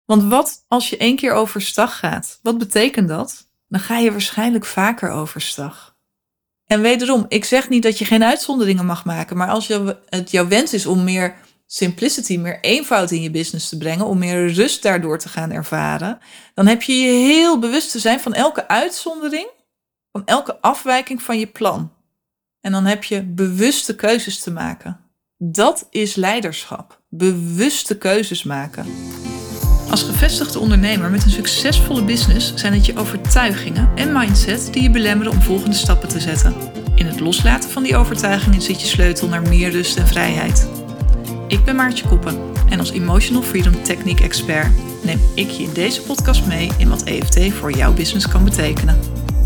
Want wat als je 1 keer overstag gaat? Wat betekent dat? Dan ga je waarschijnlijk vaker overstag. En wederom, ik zeg niet dat je geen uitzonderingen mag maken, maar als het jouw wens is om meer simplicity, meer eenvoud in je business te brengen, om meer rust daardoor te gaan ervaren, dan heb je je heel bewust te zijn van elke uitzondering, van elke afwijking van je plan. En dan heb je bewuste keuzes te maken. Dat is leiderschap. Bewuste keuzes maken. Als gevestigde ondernemer met een succesvolle business zijn het je overtuigingen en mindset die je belemmeren om volgende stappen te zetten. In het loslaten van die overtuigingen zit je sleutel naar meer rust en vrijheid. Ik ben Maartje Koppen en als Emotional Freedom Technique Expert neem ik je in deze podcast mee in wat EFT voor jouw business kan betekenen.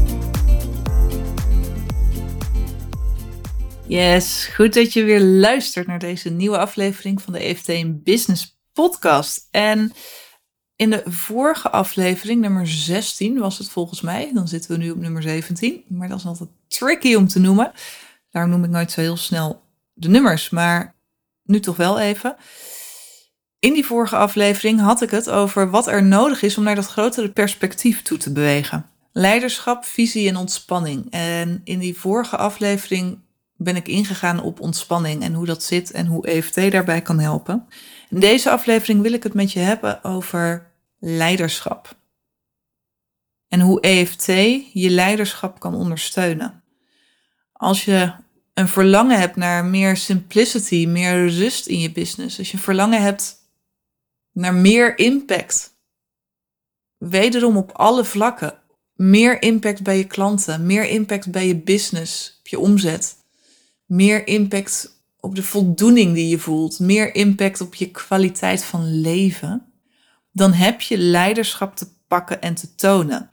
Yes, goed dat je weer luistert naar deze nieuwe aflevering van de EFT in Business podcast. En in de vorige aflevering, nummer 16 was het volgens mij. Dan zitten we nu op nummer 17. Maar dat is altijd tricky om te noemen. Daarom noem ik nooit zo heel snel de nummers. Maar nu toch wel even. In die vorige aflevering had ik het over wat er nodig is om naar dat grotere perspectief toe te bewegen. Leiderschap, visie en ontspanning. En in die vorige aflevering ben ik ingegaan op ontspanning en hoe dat zit en hoe EFT daarbij kan helpen. In deze aflevering wil ik het met je hebben over leiderschap. En hoe EFT je leiderschap kan ondersteunen. Als je een verlangen hebt naar meer simplicity, meer rust in je business. Als je een verlangen hebt naar meer impact. Wederom op alle vlakken. Meer impact bij je klanten, meer impact bij je business, op je omzet. Meer impact op de voldoening die je voelt. Meer impact op je kwaliteit van leven. Dan heb je leiderschap te pakken en te tonen.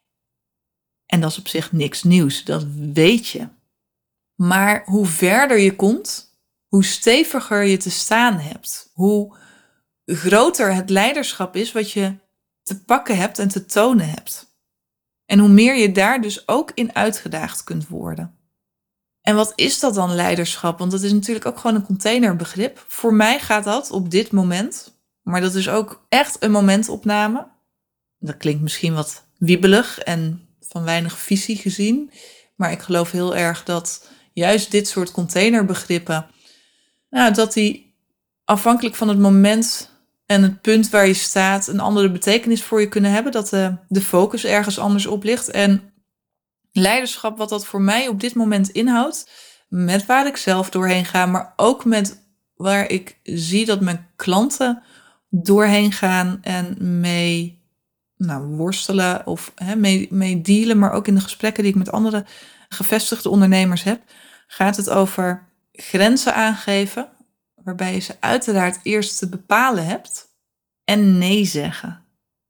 En dat is op zich niks nieuws, dat weet je. Maar hoe verder je komt, hoe steviger je te staan hebt. Hoe groter het leiderschap is wat je te pakken hebt en te tonen hebt. En hoe meer je daar dus ook in uitgedaagd kunt worden. En wat is dat dan leiderschap? Want dat is natuurlijk ook gewoon een containerbegrip. Voor mij gaat dat op dit moment, maar dat is ook echt een momentopname. Dat klinkt misschien wat wiebelig en van weinig visie gezien. Maar ik geloof heel erg dat juist dit soort containerbegrippen, dat die afhankelijk van het moment en het punt waar je staat een andere betekenis voor je kunnen hebben. Dat de focus ergens anders op ligt. En leiderschap, wat dat voor mij op dit moment inhoudt, met waar ik zelf doorheen ga, maar ook met waar ik zie dat mijn klanten doorheen gaan en mee worstelen of mee dealen, maar ook in de gesprekken die ik met andere gevestigde ondernemers heb, gaat het over grenzen aangeven, waarbij je ze uiteraard eerst te bepalen hebt en nee zeggen.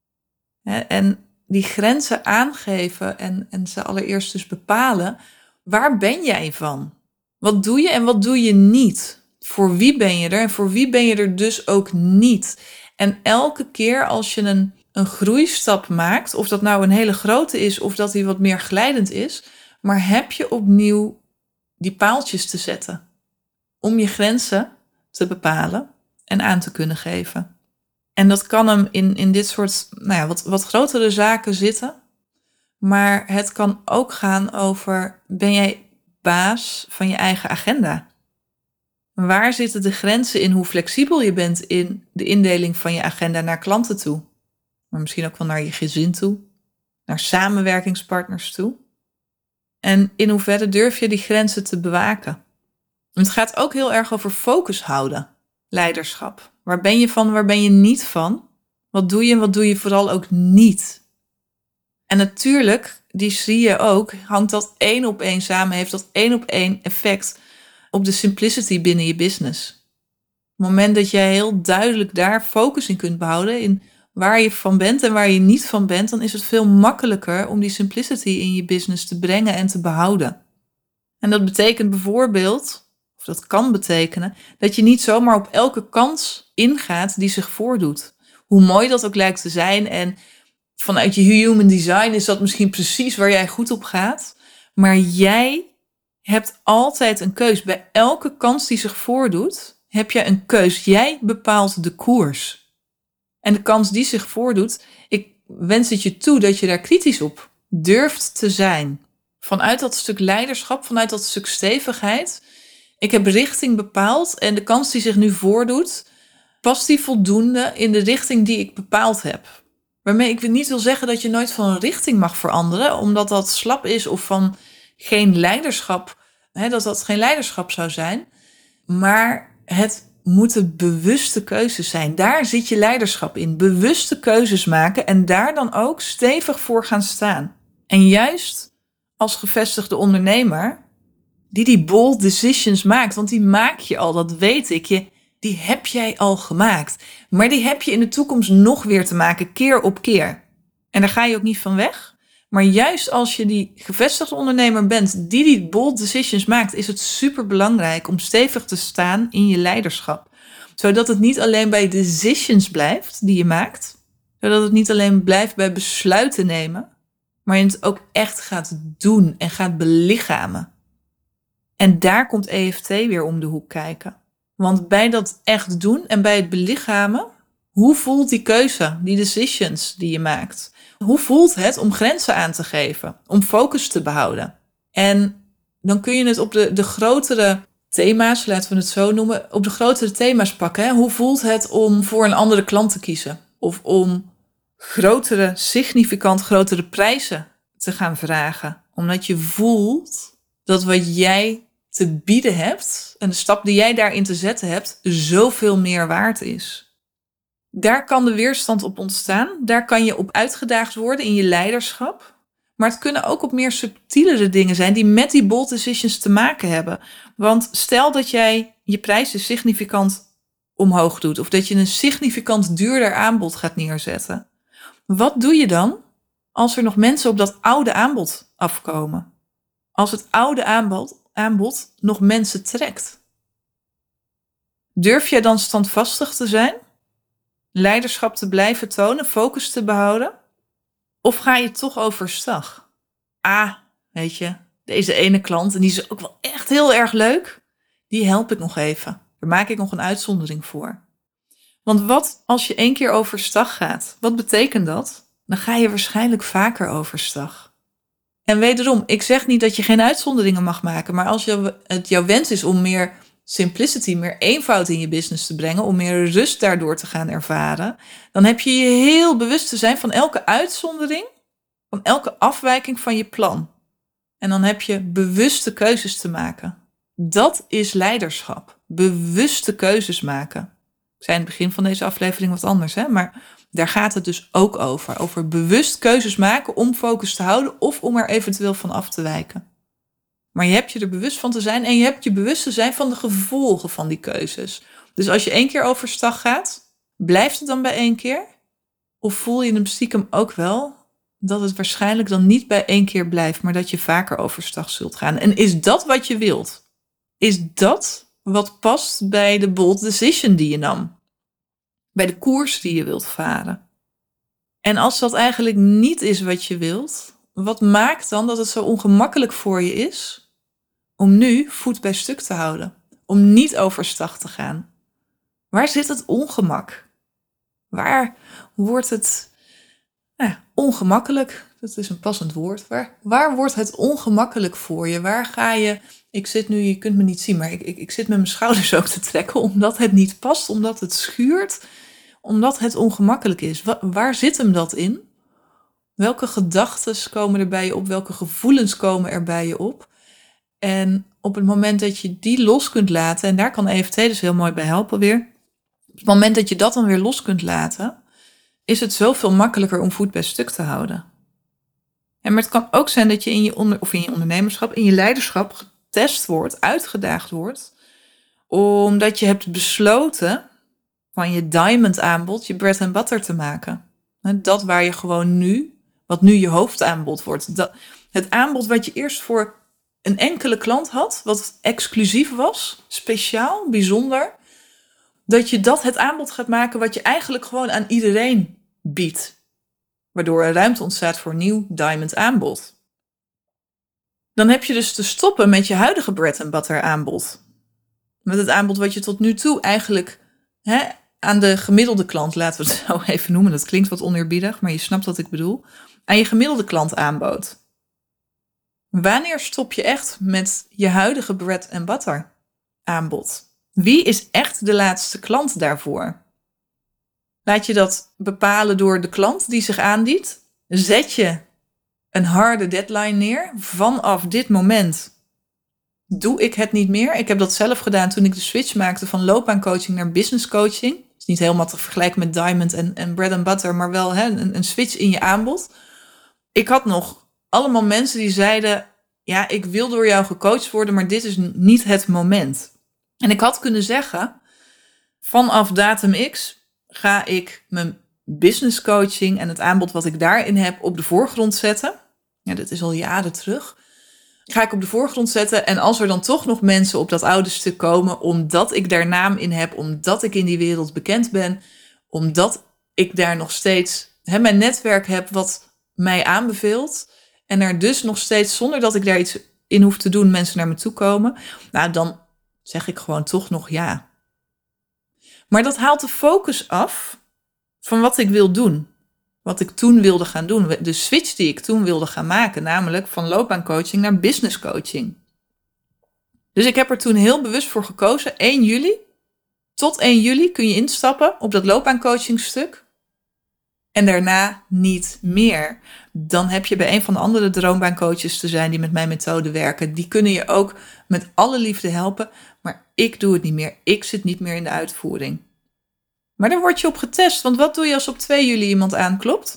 En die grenzen aangeven en ze allereerst dus bepalen, waar ben jij van? Wat doe je en wat doe je niet? Voor wie ben je er en voor wie ben je er dus ook niet? En elke keer als je een groeistap maakt, of dat nou een hele grote is of dat die wat meer glijdend is, maar heb je opnieuw die paaltjes te zetten om je grenzen te bepalen en aan te kunnen geven. En dat kan hem in dit soort wat grotere zaken zitten. Maar het kan ook gaan over, ben jij baas van je eigen agenda? Waar zitten de grenzen in hoe flexibel je bent in de indeling van je agenda naar klanten toe? Maar misschien ook wel naar je gezin toe, naar samenwerkingspartners toe. En in hoeverre durf je die grenzen te bewaken? Het gaat ook heel erg over focus houden, leiderschap. Waar ben je van, waar ben je niet van? Wat doe je en wat doe je vooral ook niet? En natuurlijk, die zie je ook, hangt dat 1 op 1 samen, heeft dat 1 op 1 effect op de simplicity binnen je business. Op het moment dat jij heel duidelijk daar focus in kunt behouden, in waar je van bent en waar je niet van bent, dan is het veel makkelijker om die simplicity in je business te brengen en te behouden. En dat betekent bijvoorbeeld, of dat kan betekenen, dat je niet zomaar op elke kans ingaat die zich voordoet. Hoe mooi dat ook lijkt te zijn en vanuit je human design is dat misschien precies waar jij goed op gaat. Maar jij hebt altijd een keus. Bij elke kans die zich voordoet, heb je een keus. Jij bepaalt de koers. En de kans die zich voordoet, ik wens het je toe dat je daar kritisch op durft te zijn. Vanuit dat stuk leiderschap, vanuit dat stuk stevigheid. Ik heb richting bepaald en de kans die zich nu voordoet, past die voldoende in de richting die ik bepaald heb. Waarmee ik niet wil zeggen dat je nooit van richting mag veranderen, omdat dat slap is of van geen leiderschap, dat geen leiderschap zou zijn. Maar het moeten bewuste keuzes zijn. Daar zit je leiderschap in. Bewuste keuzes maken en daar dan ook stevig voor gaan staan. En juist als gevestigde ondernemer, die bold decisions maakt, want die maak je al, dat weet ik. Die heb jij al gemaakt. Maar die heb je in de toekomst nog weer te maken, keer op keer. En daar ga je ook niet van weg. Maar juist als je die gevestigde ondernemer bent die bold decisions maakt, is het superbelangrijk om stevig te staan in je leiderschap. Zodat het niet alleen bij decisions blijft die je maakt. Zodat het niet alleen blijft bij besluiten nemen. Maar je het ook echt gaat doen en gaat belichamen. En daar komt EFT weer om de hoek kijken. Want bij dat echt doen en bij het belichamen, hoe voelt die keuze, die decisions die je maakt? Hoe voelt het om grenzen aan te geven, om focus te behouden? En dan kun je het op de grotere thema's, laten we het zo noemen, op de grotere thema's pakken. Hè? Hoe voelt het om voor een andere klant te kiezen? Of om significant grotere prijzen te gaan vragen? Omdat je voelt dat wat jij te bieden hebt en de stap die jij daarin te zetten hebt, zoveel meer waard is. Daar kan de weerstand op ontstaan. Daar kan je op uitgedaagd worden in je leiderschap. Maar het kunnen ook op meer subtielere dingen zijn die met die bold decisions te maken hebben. Want stel dat jij je prijzen significant omhoog doet of dat je een significant duurder aanbod gaat neerzetten. Wat doe je dan als er nog mensen op dat oude aanbod afkomen? Als het oude aanbod nog mensen trekt. Durf jij dan standvastig te zijn? Leiderschap te blijven tonen, focus te behouden? Of ga je toch overstag? Weet je, deze ene klant, en die is ook wel echt heel erg leuk, die help ik nog even. Daar maak ik nog een uitzondering voor. Want wat als je 1 keer overstag gaat? Wat betekent dat? Dan ga je waarschijnlijk vaker overstag. En wederom, ik zeg niet dat je geen uitzonderingen mag maken, maar als het jouw wens is om meer simplicity, meer eenvoud in je business te brengen, om meer rust daardoor te gaan ervaren, dan heb je heel bewust te zijn van elke uitzondering, van elke afwijking van je plan. En dan heb je bewuste keuzes te maken. Dat is leiderschap. Bewuste keuzes maken. Ik zei in het begin van deze aflevering wat anders, maar daar gaat het dus ook over. Over bewust keuzes maken om focus te houden of om er eventueel van af te wijken. Maar je hebt je er bewust van te zijn en je hebt je bewust te zijn van de gevolgen van die keuzes. Dus als je 1 keer overstag gaat, blijft het dan bij 1 keer? Of voel je hem stiekem ook wel dat het waarschijnlijk dan niet bij 1 keer blijft, maar dat je vaker overstag zult gaan? En is dat wat je wilt? Is dat wat past bij de bold decision die je nam? Bij de koers die je wilt varen? En als dat eigenlijk niet is wat je wilt, wat maakt dan dat het zo ongemakkelijk voor je is om nu voet bij stuk te houden? Om niet overstag te gaan? Waar zit het ongemak? Waar wordt het ongemakkelijk? Dat is een passend woord. Waar wordt het ongemakkelijk voor je? Waar ga je... Ik zit nu, je kunt me niet zien, maar ik zit met mijn schouders ook te trekken, omdat het niet past, omdat het schuurt, omdat het ongemakkelijk is. Waar zit hem dat in? Welke gedachten komen er bij je op? Welke gevoelens komen er bij je op? En op het moment dat je die los kunt laten, en daar kan EFT dus heel mooi bij helpen weer. Op het moment dat je dat dan weer los kunt laten, is het zoveel makkelijker om voet bij stuk te houden. En maar het kan ook zijn dat je in je ondernemerschap, in je leiderschap getest wordt, uitgedaagd wordt, omdat je hebt besloten van je diamond aanbod je bread and butter te maken. Dat waar je gewoon nu, wat nu je hoofdaanbod wordt. Het aanbod wat je eerst voor een enkele klant had, wat exclusief was, speciaal, bijzonder, dat je dat het aanbod gaat maken wat je eigenlijk gewoon aan iedereen biedt. Waardoor er ruimte ontstaat voor een nieuw diamond aanbod. Dan heb je dus te stoppen met je huidige bread and butter aanbod. Met het aanbod wat je tot nu toe eigenlijk aan de gemiddelde klant, laten we het zo even noemen. Dat klinkt wat oneerbiedig, maar je snapt wat ik bedoel. Aan je gemiddelde klant aanbood. Wanneer stop je echt met je huidige bread and butter aanbod? Wie is echt de laatste klant daarvoor? Laat je dat bepalen door de klant die zich aandient? Zet je een harde deadline neer? Vanaf dit moment doe ik het niet meer. Ik heb dat zelf gedaan toen ik de switch maakte van loopbaancoaching naar business coaching. Het is niet helemaal te vergelijken met diamond en bread and butter, maar wel een switch in je aanbod. Ik had nog allemaal mensen die zeiden, ja, ik wil door jou gecoacht worden, maar dit is niet het moment. En ik had kunnen zeggen, vanaf datum X ga ik mijn business coaching en het aanbod wat ik daarin heb op de voorgrond zetten. Ja, dit is al jaren terug. Ga ik op de voorgrond zetten en als er dan toch nog mensen op dat oude stuk komen, omdat ik daar naam in heb, omdat ik in die wereld bekend ben, omdat ik daar nog steeds mijn netwerk heb wat mij aanbeveelt en er dus nog steeds, zonder dat ik daar iets in hoef te doen, mensen naar me toe komen, nou dan zeg ik gewoon toch nog ja. Maar dat haalt de focus af van wat ik wil doen. Wat ik toen wilde gaan doen. De switch die ik toen wilde gaan maken. Namelijk van loopbaancoaching naar business coaching. Dus ik heb er toen heel bewust voor gekozen. 1 juli. Tot 1 juli kun je instappen op dat loopbaancoachingstuk. En daarna niet meer. Dan heb je bij een van de andere droombaancoaches te zijn die met mijn methode werken. Die kunnen je ook met alle liefde helpen. Maar ik doe het niet meer. Ik zit niet meer in de uitvoering. Maar daar word je op getest. Want wat doe je als op 2 juli iemand aanklopt?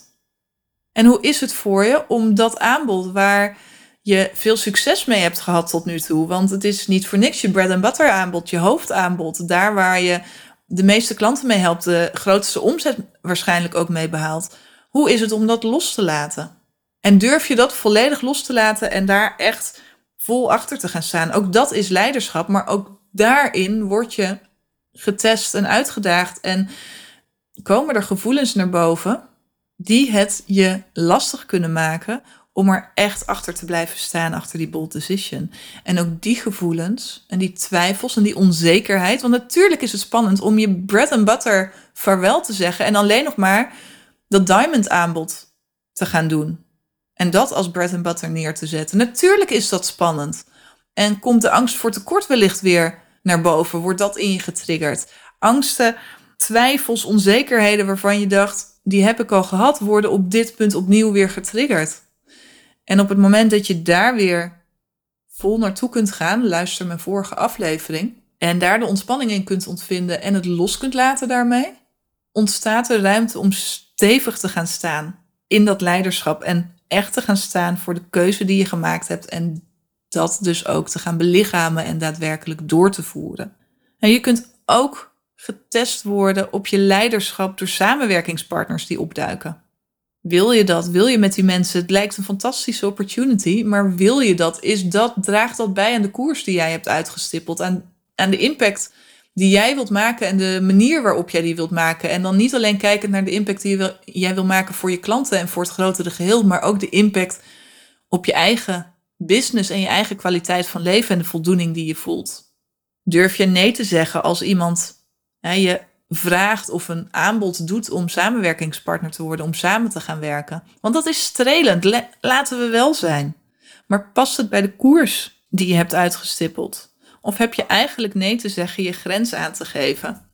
En hoe is het voor je om dat aanbod waar je veel succes mee hebt gehad tot nu toe? Want het is niet voor niks je bread and butter aanbod, je hoofdaanbod. Daar waar je de meeste klanten mee helpt, de grootste omzet waarschijnlijk ook mee behaalt. Hoe is het om dat los te laten? En durf je dat volledig los te laten en daar echt vol achter te gaan staan? Ook dat is leiderschap, maar ook daarin word je getest en uitgedaagd en komen er gevoelens naar boven die het je lastig kunnen maken om er echt achter te blijven staan, achter die bold decision. En ook die gevoelens en die twijfels en die onzekerheid, want natuurlijk is het spannend om je bread and butter vaarwel te zeggen en alleen nog maar dat diamond aanbod te gaan doen. En dat als bread and butter neer te zetten. Natuurlijk is dat spannend. En komt de angst voor tekort wellicht weer naar boven? Wordt dat in je getriggerd? Angsten, twijfels, onzekerheden waarvan je dacht, die heb ik al gehad, worden op dit punt opnieuw weer getriggerd. En op het moment dat je daar weer vol naartoe kunt gaan, luister mijn vorige aflevering, en daar de ontspanning in kunt ontvinden en het los kunt laten daarmee, ontstaat er ruimte om stevig te gaan staan in dat leiderschap en echt te gaan staan voor de keuze die je gemaakt hebt en dat dus ook te gaan belichamen en daadwerkelijk door te voeren. En je kunt ook getest worden op je leiderschap door samenwerkingspartners die opduiken. Wil je dat? Wil je met die mensen? Het lijkt een fantastische opportunity, maar wil je dat? Draagt dat bij aan de koers die jij hebt uitgestippeld, aan de impact die jij wilt maken en de manier waarop jij die wilt maken. En dan niet alleen kijkend naar de impact die jij wil maken voor je klanten en voor het grotere geheel, maar ook de impact op je eigen business en je eigen kwaliteit van leven en de voldoening die je voelt. Durf je nee te zeggen als iemand je vraagt of een aanbod doet om samenwerkingspartner te worden, om samen te gaan werken? Want dat is strelend, laten we wel zijn. Maar past het bij de koers die je hebt uitgestippeld? Of heb je eigenlijk nee te zeggen, je grens aan te geven?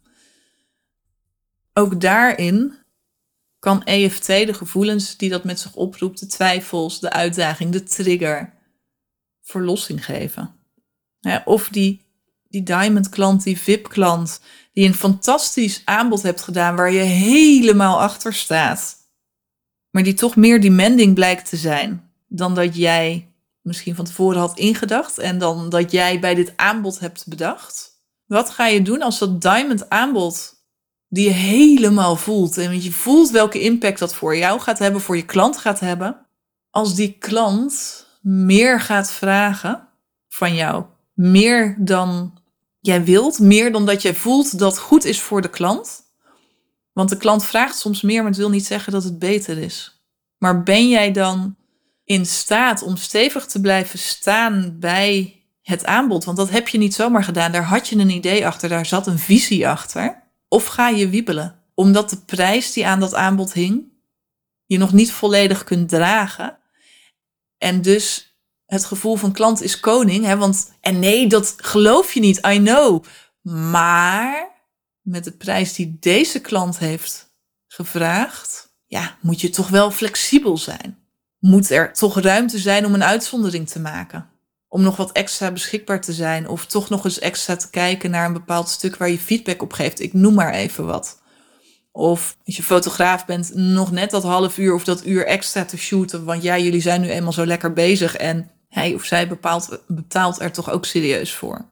Ook daarin kan EFT de gevoelens die dat met zich oproept, de twijfels, de uitdaging, de trigger, verlossing geven. Of die diamond klant, die VIP klant, die een fantastisch aanbod hebt gedaan waar je helemaal achter staat, maar die toch meer demanding blijkt te zijn dan dat jij misschien van tevoren had ingedacht en dan dat jij bij dit aanbod hebt bedacht. Wat ga je doen als dat diamond aanbod die je helemaal voelt en je voelt welke impact dat voor jou gaat hebben, voor je klant gaat hebben, als die klant meer gaat vragen van jou, meer dan jij wilt, meer dan dat jij voelt dat goed is voor de klant? Want de klant vraagt soms meer, maar het wil niet zeggen dat het beter is. Maar ben jij dan in staat om stevig te blijven staan bij het aanbod? Want dat heb je niet zomaar gedaan. Daar had je een idee achter, daar zat een visie achter. Of ga je wiebelen? Omdat de prijs die aan dat aanbod hing, je nog niet volledig kunt dragen. En dus het gevoel van klant is koning. Hè? En nee, dat geloof je niet, I know. Maar met de prijs die deze klant heeft gevraagd, moet je toch wel flexibel zijn. Moet er toch ruimte zijn om een uitzondering te maken. Om nog wat extra beschikbaar te zijn. Of toch nog eens extra te kijken naar een bepaald stuk waar je feedback op geeft. Ik noem maar even wat. Of als je fotograaf bent, nog net dat half uur of dat uur extra te shooten. Want jullie zijn nu eenmaal zo lekker bezig. En hij of zij betaalt er toch ook serieus voor.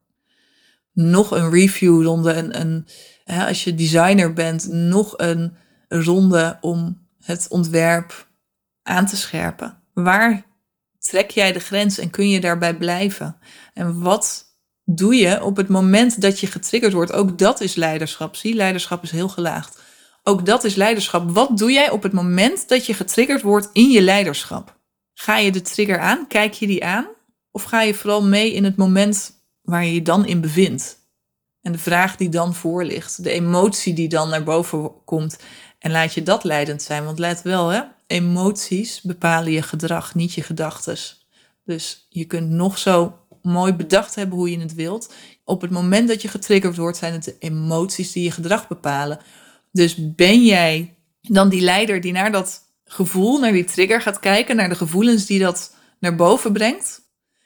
Nog een reviewronde. Als je designer bent, nog een ronde om het ontwerp aan te scherpen. Waar trek jij de grens en kun je daarbij blijven? En wat doe je op het moment dat je getriggerd wordt? Ook dat is leiderschap. Zie, leiderschap is heel gelaagd. Ook dat is leiderschap. Wat doe jij op het moment dat je getriggerd wordt in je leiderschap? Ga je de trigger aan? Kijk je die aan? Of ga je vooral mee in het moment waar je je dan in bevindt? En de vraag die dan voor ligt. De emotie die dan naar boven komt. En laat je dat leidend zijn. Want let wel, hè? Emoties bepalen je gedrag, niet je gedachtes. Dus je kunt nog zo mooi bedacht hebben hoe je het wilt. Op het moment dat je getriggerd wordt, zijn het de emoties die je gedrag bepalen. Dus ben jij dan die leider die naar dat gevoel, naar die trigger gaat kijken, naar de gevoelens die dat naar boven brengt?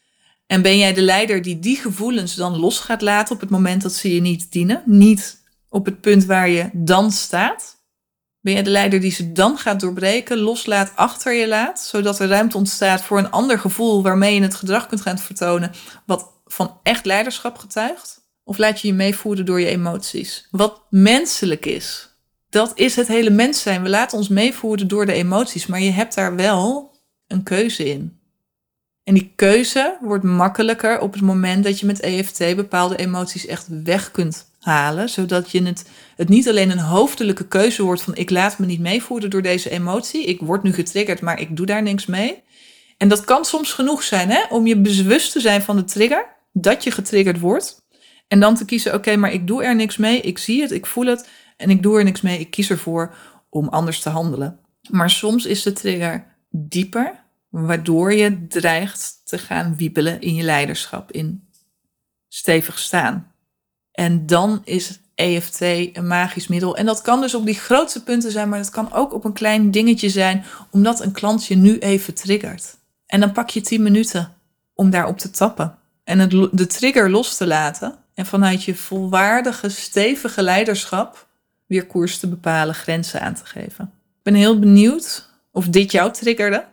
En ben jij de leider die gevoelens dan los gaat laten op het moment dat ze je niet dienen? Niet op het punt waar je dan staat? Ben jij de leider die ze dan gaat doorbreken, loslaat, achter je laat, zodat er ruimte ontstaat voor een ander gevoel waarmee je het gedrag kunt gaan vertonen wat van echt leiderschap getuigt? Of laat je je meevoeren door je emoties? Wat menselijk is, dat is het hele mens zijn. We laten ons meevoeren door de emoties, maar je hebt daar wel een keuze in. En die keuze wordt makkelijker op het moment dat je met EFT bepaalde emoties echt weg kunt halen, zodat je het niet alleen een hoofdelijke keuze wordt van ik laat me niet meevoeren door deze emotie, ik word nu getriggerd, maar ik doe daar niks mee. En dat kan soms genoeg zijn, hè, om je bewust te zijn van de trigger, dat je getriggerd wordt. En dan te kiezen, oké, maar ik doe er niks mee, ik zie het, ik voel het en ik doe er niks mee, ik kies ervoor om anders te handelen. Maar soms is de trigger dieper, waardoor je dreigt te gaan wiebelen in je leiderschap, in stevig staan. En dan is EFT een magisch middel. En dat kan dus op die grootste punten zijn, maar dat kan ook op een klein dingetje zijn, omdat een klant je nu even triggert. En dan pak je 10 minuten om daarop te tappen. En de trigger los te laten. En vanuit je volwaardige, stevige leiderschap weer koers te bepalen, grenzen aan te geven. Ik ben heel benieuwd of dit jou triggerde.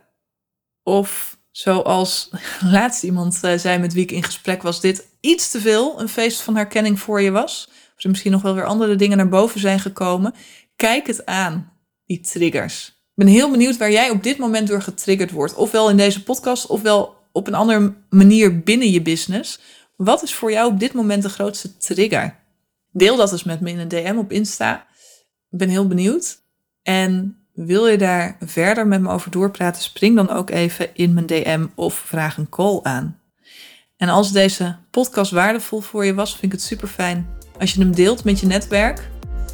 Of zoals laatst iemand zei met wie ik in gesprek was, dit iets te veel een feest van herkenning voor je was. Of er misschien nog wel weer andere dingen naar boven zijn gekomen. Kijk het aan, die triggers. Ik ben heel benieuwd waar jij op dit moment door getriggerd wordt. Ofwel in deze podcast, ofwel op een andere manier binnen je business. Wat is voor jou op dit moment de grootste trigger? Deel dat eens met me in een DM op Insta. Ik ben heel benieuwd. En wil je daar verder met me over doorpraten, spring dan ook even in mijn DM of vraag een call aan. En als deze podcast waardevol voor je was, vind ik het super fijn als je hem deelt met je netwerk.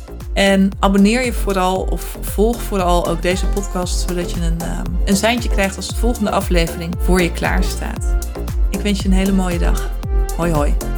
En abonneer je vooral of volg vooral ook deze podcast, zodat je een seintje krijgt als de volgende aflevering voor je klaar staat. Ik wens je een hele mooie dag. Hoi hoi.